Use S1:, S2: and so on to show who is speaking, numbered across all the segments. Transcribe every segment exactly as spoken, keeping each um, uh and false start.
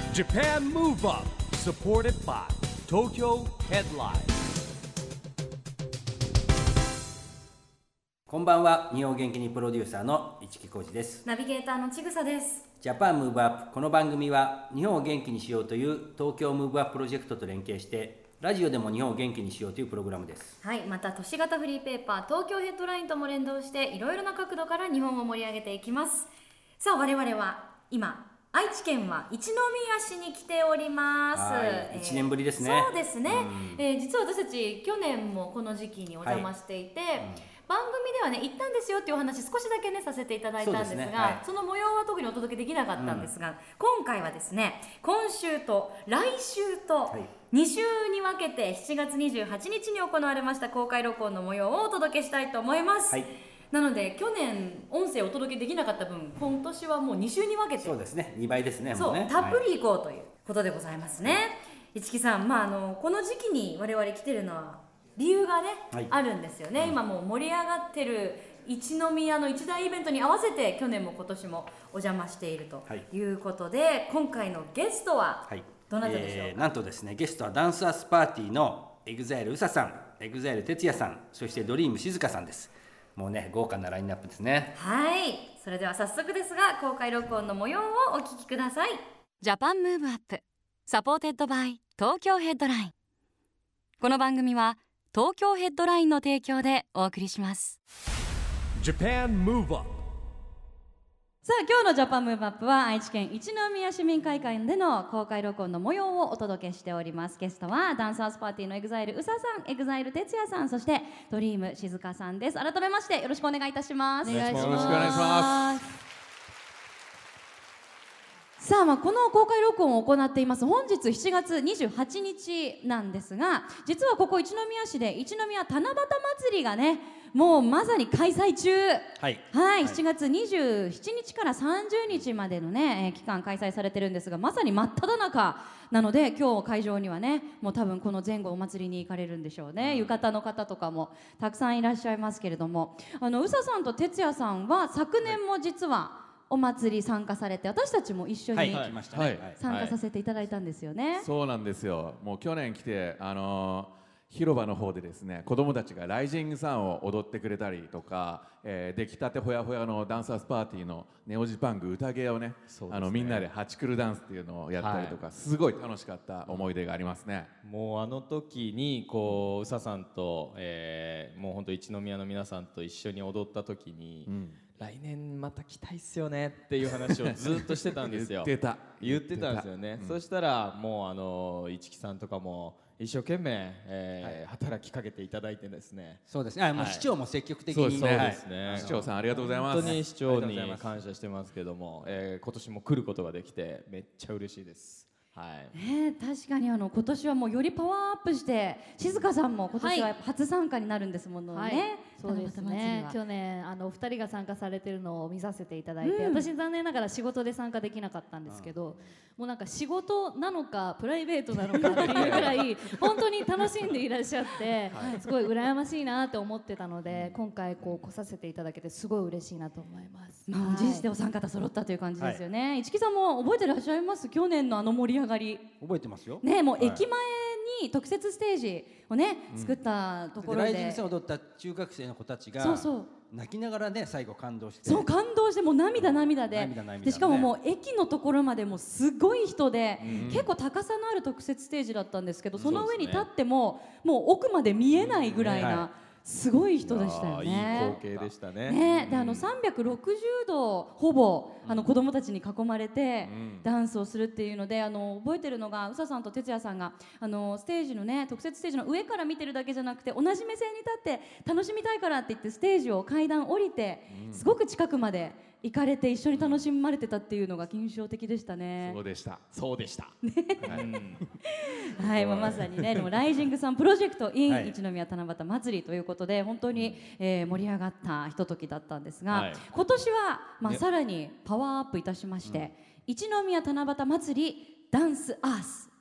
S1: Japan Move Up supported by Tokyo Headline。
S2: こんばんは。日本元気にプロデューサーの市木浩司です。
S3: ナビゲーターのちぐさです。
S2: ジャパンムーブアップ。この番組は日本を元気にしようという東京ムーブアッププロジェクトと連携してラジオでも日本を元気にしようというプログラムです。
S3: はい、また都市型フリーペーパー東京ヘッドラインとも連動していろいろな角度から日本を盛り上げていきます。さあ我々は今愛知県は一宮市に来ております。
S2: はい、
S3: えー、
S2: いちねんぶりですね。
S3: そうですね、うんえー、実は私たち去年もこの時期にお邪魔していて、はいうん、番組ではね行ったんですよっていうお話少しだけねさせていただいたんですが、 そうですね、はい、その模様は特にお届けできなかったんですが、うん、今回はですね今週と来週とに週に分けてしちがつにじゅうはちにちに行われました公開録音の模様をお届けしたいと思います。はい、なので去年音声をお届けできなかった分今年はもうに週に分けて
S2: そうですねにばいですね。
S3: そう
S2: もうね
S3: たっぷりいこうということでございますね。はい、市木さん、まあ、あのこの時期に我々来てるのは理由がね、はい、あるんですよね。今もう盛り上がってる一宮の一大イベントに合わせて去年も今年もお邪魔しているということで、はい、今回のゲストはどなたでしょうか。
S2: はいえー、なんとですねゲストはダンサースパーティーの エグザイル うささん、 エグザイル 哲也さん、そしてドリーム静香さんです。もうね豪華なラインナップですね。
S3: はい、それでは早速ですが公開録音の模様をお聞きください。
S4: ジャパンムーブアップサポーテッドバイ東京ヘッドライン。この番組は東京ヘッドラインの提供でお送りします。
S1: Japan Move Up。
S5: さあ今日のジャパンムーブアップは愛知県一宮市民会館での公開録音の模様をお届けしております。ゲストはダンサーズパーティーの エグザイル うささん、 エグザイル 哲也さん、そしてドリーム静香さんです。改めましてよろしくお願いいたします。
S6: お願いします。よろしくお願いします。
S5: さあ、まあこの公開録音を行っています本日しちがつにじゅうはちにちなんですが、実はここ一宮市で一宮七夕祭りがねもうまさに開催中。はい、はい、しちがつにじゅうしちにちからさんじゅうにちまでのね、えー、期間開催されてるんですが、まさに真っ只中なので今日会場にはねもう多分この前後お祭りに行かれるんでしょうね。浴衣の方とかもたくさんいらっしゃいますけれども、あのうささんと哲也さんは昨年も実はお祭り参加されて、私たちも一緒に参加させていただいたんですよね。はいはいはい、
S6: そうなんですよ。もう去年来て、あのー、広場の方でですね子供たちがライジングサンを踊ってくれたりとか、えー、出来たてほやほやのダンサーズパーティーのネオジパング宴を ね, ねあのみんなでハチクルダンスっていうのをやったりとか、はい、すごい楽しかった思い出がありますね。
S7: もうあの時にこううささんと、えー、もう本当一宮の皆さんと一緒に踊った時に、うん来年また来たいっすよねっていう話をずっとしてたんですよ。
S6: 言ってた
S7: 言ってたんですよね。うん、そしたらもうあの市木さんとかも一生懸命、えーはい、働きかけていただいてですね。
S2: そうですね。あもう市長も積極的に、
S7: はい、そうですね、
S6: はい、市長さんありがとうございます。
S7: 本当に市長に感謝してますけども、えー、今年も来ることができてめっちゃ嬉しいです。はい
S5: ね、確かにあの今年はもうよりパワーアップして静香さんも今年は初参加になるんですものね。はい、
S8: そうですね。去年あのお二人が参加されてるのを見させていただいて、うん、私残念ながら仕事で参加できなかったんですけど、もうなんか仕事なのかプライベートなのかっていうぐらい本当に楽しんでいらっしゃって、はい、すごい羨ましいなって思ってたので、今回こう来させていただけてすごい嬉しいなと思います。
S5: 満を持してお三方揃ったという感じですよね。はい、市木さんも覚えてらっしゃいます？去年のあの盛り上がり。
S2: 覚えてますよ。
S5: ね、もう駅前に特設ステージをね、うん、作ったところで、
S2: ライジングサンを踊った中学生の子たちが
S5: そうそう
S2: 泣きながらね最後感動して、
S5: そう感動してもう涙涙で、
S2: 涙涙ね、
S5: でしかももう駅のところまでもすごい人で、うん、結構高さのある特設ステージだったんですけど、その上に立っても、ね、もう奥まで見えないぐらいな、うんはいすごい人でしたよね。
S7: いい光景でしたね。
S5: ね、であのさんびゃくろくじゅうどほぼあの子供たちに囲まれてダンスをするっていうので、あの覚えてるのがうささんと哲也さんがあのステージのね特設ステージの上から見てるだけじゃなくて同じ目線に立って楽しみたいからって言ってステージを階段降りてすごく近くまで行かれて一緒に楽しまれてたっていうのが印象的でしたね。
S6: そうでした
S7: そうでした、
S5: ねはい、まあ、まさにねでもライジングさんプロジェクト in、はい、一宮七夕祭りということで本当に、えー、盛り上がったひとときだったんですが、はい、今年は、まあ、さらにパワーアップいたしまして、うん、一宮七夕祭りダンスアースと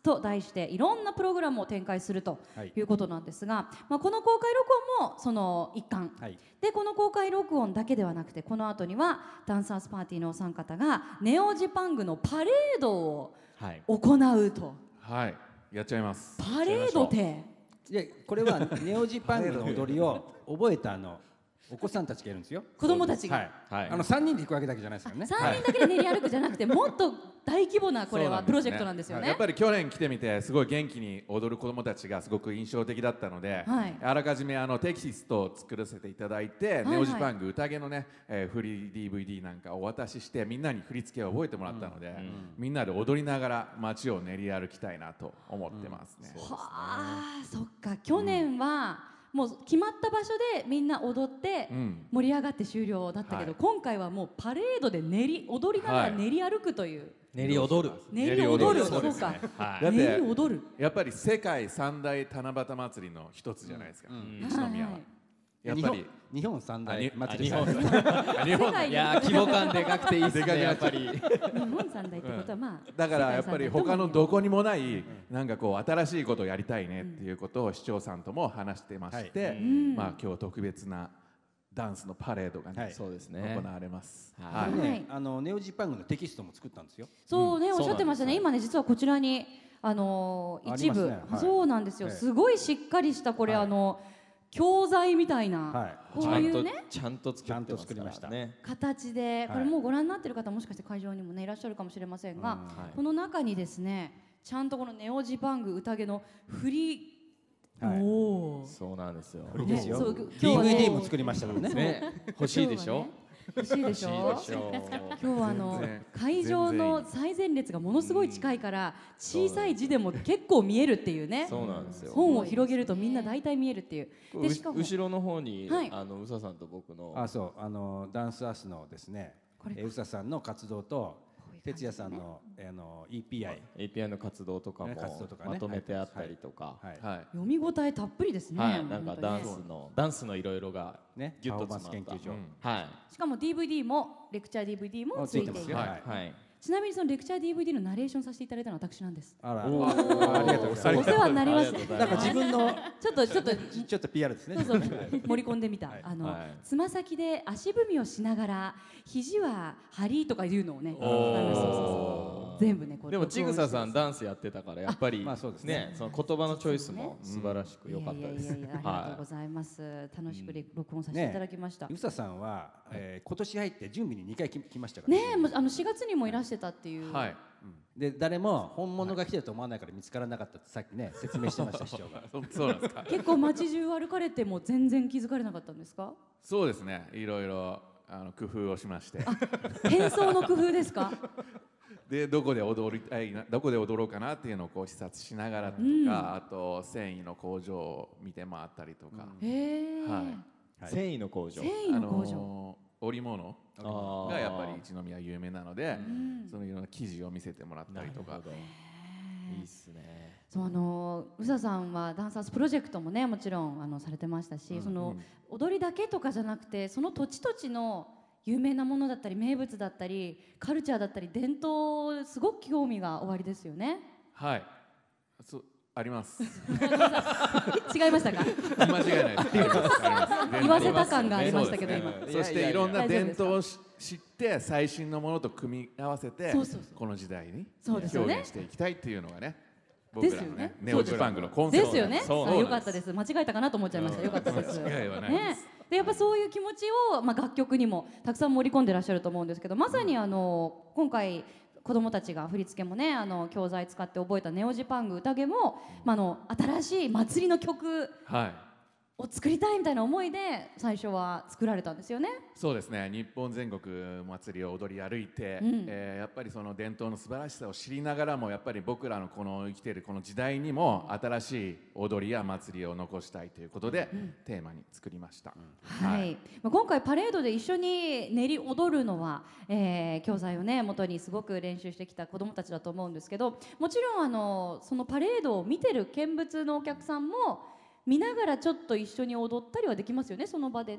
S5: と題していろんなプログラムを展開すると
S2: はい
S5: いうことなんですが、まあ、この公開録音もその一環、
S2: はい
S5: でこの公開録音だけではなくてこの後にはダンサーズパーティーのお三方がネオジパングのパレードを
S7: はい
S5: 行うと。
S6: はい、やっちゃいます。
S5: パレードって
S2: でこれはネオジパングの踊りを覚えたあのお子さんたちがいるんですよ。
S5: 子供たちが、
S2: はい
S7: はい
S2: あのさんにんで行くわけだけじゃないですからね。
S5: さんにんだけで練り歩くじゃなくてもっと大規模なこれ
S6: そうなんですね
S5: はプロジェクトなんですよね。
S6: やっぱり去年来てみてすごい元気に踊る子どもたちがすごく印象的だったので、
S5: はい
S6: あらかじめあのテキストを作らせていただいて、
S5: はい
S6: ネオジパング宴のね、えーフリー ディーブイディー なんかお渡ししてみんなに振り付けを覚えてもらったので、みんなで踊りながら街を練り歩きたいなと思ってますね。
S5: はあ、そっか。去年はもう決まった場所でみんな踊って
S6: うん
S5: 盛り上がって終了だったけど、
S6: はい
S5: 今回はもうパレードで練り踊りながら練り歩くという、
S2: 練り踊る。
S5: 練り踊る、
S6: そう
S5: そうか、
S7: はい
S6: だって
S5: 練り踊る、
S6: やっぱり世界三大七夕祭りの一つじゃないですか、
S2: うん
S6: 一宮は。
S5: はい
S6: やっぱり
S2: 日本三大
S7: あ
S2: 祭り
S7: 日本
S6: あ日本
S5: 世界
S7: いやー規模感でかくていいっす
S6: でかく
S7: ねやっぱ
S6: なっちゃう
S7: り
S5: 日本三大ってことはまあ、
S6: だからやっぱり
S5: 世界三大とも
S6: 他のどこにもないなんかこう新しいことをやりたいねっていうことを市長さんとも話してまして、
S2: はい
S5: ん
S6: まあ今日特別なダンスのパレードがね、
S2: はい
S7: そうですね
S6: 行われます。
S7: はい
S6: はい
S2: これねあのネオジパングのテキストも作ったんですよ。
S5: そうね、
S7: うん
S5: おっしゃってましたね。
S7: そう
S5: 今ね実はこちらにあのー
S2: あり
S5: 一部、
S2: ますねはい
S5: そうなんですよ。
S2: ええ
S5: すごいしっかりしたこれ、
S2: はい
S5: あの教材みたいな、
S2: はい
S5: こ
S7: ちゃと
S5: うんいうね
S7: ちゃんと作ってます
S2: ちゃんと作りました
S7: からね
S5: 形で、これ
S2: はい
S5: もうご覧になってる方もしかして会場にもねいらっしゃるかもしれませんが、
S2: うん
S7: はい
S5: この中にですねちゃんとこのネオジパング宴の振り、
S2: はい
S5: おー
S7: そうなんですよ
S2: これですよ。
S5: そう
S2: デ
S5: 今日はね
S2: ィーブイディー も作りましたからね。
S7: ね欲しいでしょ
S5: 欲しいでしょ
S7: 欲しいでしょ
S5: 今日はあの
S6: 全然
S5: 会場の最前列がものすごい近いから小さい字でも結構見えるっていうね。
S7: そうなんですよ
S5: 本を広げるとみんな大体見えるっていう。
S7: う
S5: でしかも
S7: 後ろの方に、
S5: はい
S7: あの宇佐さんと僕の
S2: あ、そうあのダンスアースのですね、
S5: これ
S2: えー宇佐さんの活動と
S5: ういう感じ
S2: 哲也さんのあの イーピーアイ、
S7: エーピーアイ の活動とかも
S2: ね活動とかね
S7: まとめてあったりとか、
S2: はい、
S6: はい、
S5: 読み応えたっぷりですね。
S7: はい、なんか
S5: 本当にね
S7: ダンスのダンスのいろいろが
S2: ね、
S7: ギュッと
S2: パフォーマンス
S7: 詰まった
S2: 研究所、
S6: うん
S7: はい
S5: しかも ディーブイディー もレクチャー ディーブイディー もついていて、
S2: ついてますよはい
S7: はい
S5: ちなみにそのレクチャー ディーブイディー のナレーションさせていただいたのは私なんです。
S2: あら、
S7: お
S2: あありがとうござい
S5: お
S2: ます。
S5: 世話になります。
S7: ありがとうござい
S2: なんか
S7: ます
S2: 自分の
S5: ちょっとちょっと
S2: ちょっと ピーアール ですね。
S5: そうそう盛り込んでみた、
S2: はい
S5: あの、
S7: はい
S5: つま先で足踏みをしながら肘は張りとかいうのをね、
S7: おー
S5: あのそうそうそう全部ねこう
S7: でもちぐささん
S5: 録
S7: ダンスやってたからやっぱり
S2: まあそうですね
S7: ねその言葉のチョイスも素晴らしく良かったです。
S5: いやいやいやいやありがとうご
S7: は
S5: ざいます、楽しくレ録音させていただきました。
S2: 宇佐さんは、えー、今年入って準備ににかい来来ましたから
S5: ねえ、もうあのしがつにもいらしてたっていう。
S6: はい、
S2: で誰も本物が来てると思わないから見つからなかったってさっきね説明してました市長が。
S6: そそうなんですか。
S5: 結構街中歩かれても全然気づかれなかったんですか？
S6: そうですね、いろいろあの工夫をしまして
S5: 変装の工夫ですか？
S6: でどこで踊りたいなどこで踊ろうかなっていうのをこう視察しながらとか、
S5: うん
S6: あと繊維の工場を見て回ったりとか、
S5: へえ、
S6: はい
S7: い。繊維の工場。
S5: 繊維の工場、
S6: あのー織物
S7: あー
S6: がやっぱり一宮有名なので、
S5: ん
S6: そのいろんな生地を見せてもらったりとか
S7: なるほどいいっすね。
S5: そうあの宇佐さんはダンサーズプロジェクトもねもちろんあのされてましたし、その踊りだけとかじゃなくてその土地土地の有名なものだったり名物だったりカルチャーだったり伝統すごく興味がおありですよね。
S6: はいそうあります
S5: 違いましたか？
S6: 間違いないですありますあります
S5: 言わせた感がありましたけど
S6: そうですね
S5: 今。
S6: そしていろんな
S5: 大丈夫ですか
S6: 伝統をし知って最新のものと組み合わせて
S5: そうそうそう
S6: この時代に
S5: そうですよね
S6: 表現していきたいっていうのがね
S5: ですよね
S6: 僕らのねネオジパングのコンセプト
S5: ですよね。
S7: そう
S5: あよかったです。間違えたかなと思っちゃいました。よかったです。
S6: 間違いはない
S5: ね
S6: です。
S5: でやっぱそういう気持ちをまあ楽曲にもたくさん盛り込んでらっしゃると思うんですけど、まさにあの今回子どもたちが振り付けもねあの教材使って覚えたネオジパング宴も、まあ、あの新しい祭りの曲
S6: はい
S5: を作りたいみたいな思いで最初は作られたんですよね。
S6: そうですね日本全国祭りを踊り歩いて、
S5: うん
S6: えーやっぱりその伝統の素晴らしさを知りながらもやっぱり僕らのこの生きているこの時代にも新しい踊りや祭りを残したいということで、テーマに作りました、
S5: はい、まあ今回パレードで一緒に練り踊るのは、えー教材をね元にすごく練習してきた子どもたちだと思うんですけど、もちろんあのそのパレードを見てる見物のお客さんも見ながらちょっと一緒に踊ったりはできますよね、その場でね。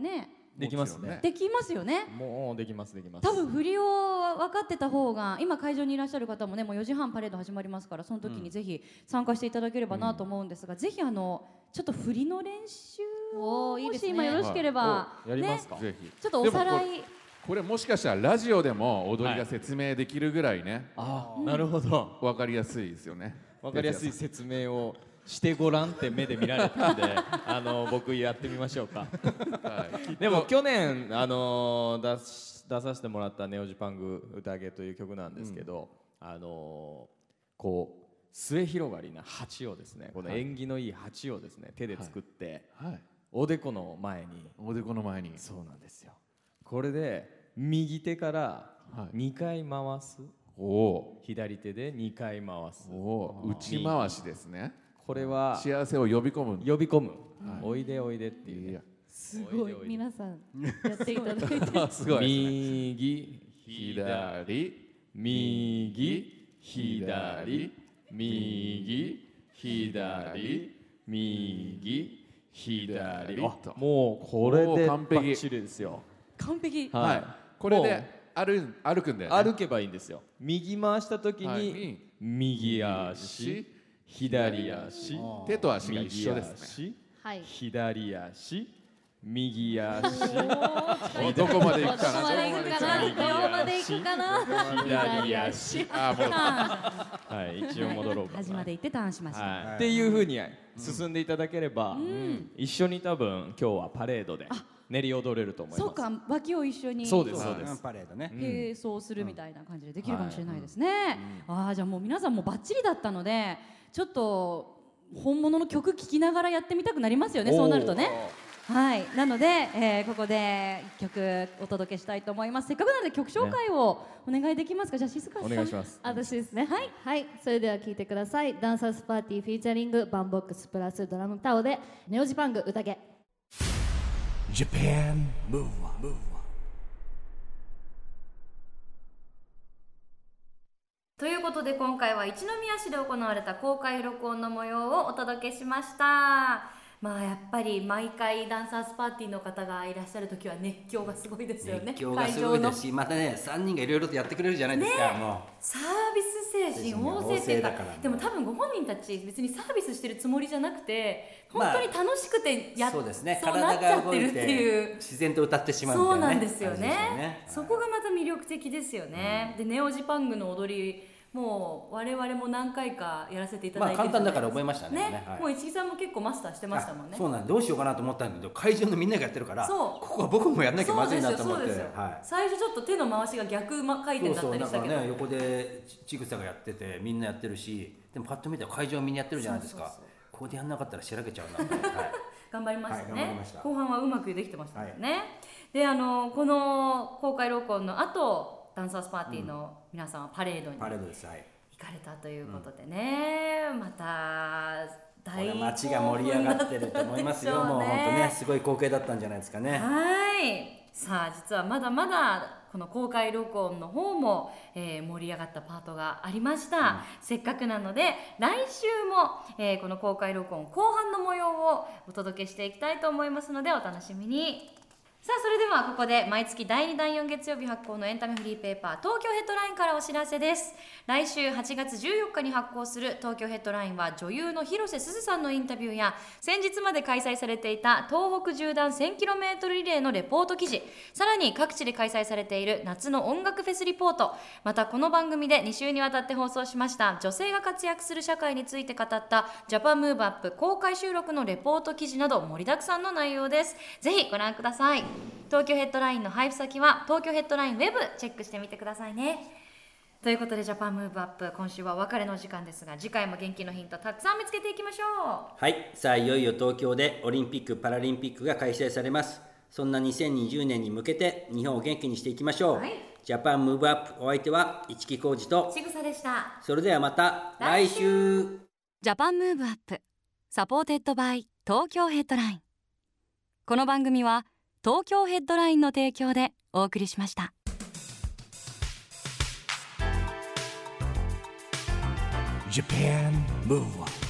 S7: できますね。
S5: できますよね。
S7: もうできますできます。
S5: 多分振りを分かってた方が、今会場にいらっしゃる方もね、もうよじはんパレード始まりますから、その時にぜひ参加していただければなと思うんですが、うん、ぜひあのちょっと振りの練習をもし今よろしければ、
S7: やりますか。
S5: ぜひちょっとおさらい。
S6: これもしかしたらラジオでも踊りが説明できるぐらいね、
S7: はい、あ、なるほど、
S6: 分かりやすいですよね。
S7: 分かりやすい説明をしてごらんって目で見られたんであの僕やってみましょうか、はい、でも去年あの出し出させてもらったネオジパング宴という曲なんですけど、うん、あのこう末広がりな鉢をですね、この縁起のいい鉢をですね、手で作って、はいはい、おでこの前に
S6: おでこの前に
S7: そうなんですよ。これで右手からにかい回す、はい、お左手でにかい回す、
S6: お内回しですね。
S7: これは
S6: 幸せを呼び込む
S7: 呼び込む、はい、おいでおいでっていう、ね、
S8: すごい皆さんやっていただいて
S7: すごい、右左右左右左右左、あ、もうこれで
S6: 完璧、
S7: バッチリですよ。
S5: 完璧、
S6: はい、これで歩歩くんだよね。
S7: 歩けばいいんですよ。右回した時に、はい、右足左足、
S6: 手と足が一緒ですね。
S7: はい、左足右足
S6: どこまで行くかな、
S8: どこまで行くかな、どこまで行くかな、
S7: 左足、
S6: あ、戻った。
S7: はい、一応戻ろうか。
S5: 端まで行ってターンしました、
S7: はい、っていう風に進んでいただければ、うん、一緒に多分今日はパレードで練り踊れると思います。
S5: そうか、脇を一緒に
S7: そうですそうです、
S2: パレードね、
S5: 並走するみたいな感じでできるかもしれないですね。ああ、じゃあもう皆さんもバッチリだったので、ちょっと本物の曲聴きながらやってみたくなりますよね、そうなるとね。はい、なので、えー、ここでいっきょくお届けしたいと思います。せっかくなので曲紹介をお願いできますか。じゃあ静香さん、
S7: お願いします。
S8: 私ですね。
S5: はい、
S8: はい、それでは聴いてください。ダンサーズパーティーフィーチャリングバンボックスプラスドラムタオでネオジパング宴。
S1: Japan Move Up。
S3: ということで今回は一宮市で行われた公開録音の模様をお届けしました。まあやっぱり毎回ダンサーズパーティーの方がいらっしゃるときは熱狂がすごいですよね。
S2: 熱狂がすごいですし、またねさんにんがいろいろとやってくれるじゃないですか、
S3: ね、
S2: もう
S3: サービス精神旺盛っていうか、でも多分ご本人たち別にサービスしてるつもりじゃなくて本当に楽しくてやっ、
S2: まあ、そうですね、
S3: そうなっちゃってるっていう、
S2: 自然と歌ってしまうみたいな、ね、
S3: そうなんですよ ね, ねそこがまた魅力的ですよね、うん、でネオジパングの踊りもう我々も何回かやらせていただいて、
S2: まあ簡単だから覚えましたね。
S3: ね、はい、もう市木さんも結構マスターしてましたもんね。
S2: そうなん、どうしようかなと思ったんだけど、会場のみんながやってるから、ここは僕もやんなきゃまずいなと思って、
S3: はい、最初ちょっと手の回しが逆回転だったりしたけど、
S2: そうそう、なんかね、横でちぐさがやっててみんなやってるし、でもパッと見たら会場みんなやってるじゃないですか。そうそうそう、ここでやんなかったらしらけちゃうなと思って、はい、
S3: 頑張りましたね、
S2: はい、した
S3: 後半はうまくできてましたね、はい、で、あのこの公開録音の後ダンサーズパーティーの皆さんはパレードに、
S2: パレードです、はい、
S3: 行かれたということでね、うん、また大興奮
S2: 街が盛り上がってると思いますよ。もう本当ね、すごい光景だったんじゃないですかね。
S3: はい、さあ実はまだまだこの公開録音の方も、えー、盛り上がったパートがありました、うん、せっかくなので来週も、えー、この公開録音後半の模様をお届けしていきたいと思いますのでお楽しみに。さあそれではここで毎月だいにだいよん月曜日発行のエンタメフリーペーパー東京ヘッドラインからお知らせです。来週はちがつじゅうよっかに発行する東京ヘッドラインは女優の広瀬すずさんのインタビューや先日まで開催されていた東北縦断 せんキロメートル リレーのレポート記事、さらに各地で開催されている夏の音楽フェスリポート、またこの番組でに週にわたって放送しました女性が活躍する社会について語ったジャパンムーブアップ公開収録のレポート記事など盛りだくさんの内容です。ぜひご覧ください。東京ヘッドラインの配布先は東京ヘッドラインウェブチェックしてみてくださいね。ということでジャパンムーブアップ、今週はお別れの時間ですが、次回も元気のヒントたくさん見つけていきましょ
S2: う。はい、さあいよいよ東京でオリンピック・パラリンピックが開催されます。そんなにせんにじゅうねんに向けて日本を元気にしていきましょう、はい、ジャパンムーブアップ、お相手は市木浩二と
S3: ちぐさでした。
S2: それではまた来週。
S4: ジャパンムーブアップサポーテッドバイ東京ヘッドライン。この番組は東京ヘッドラインの提供でお送りしました。
S1: Japan Move Up。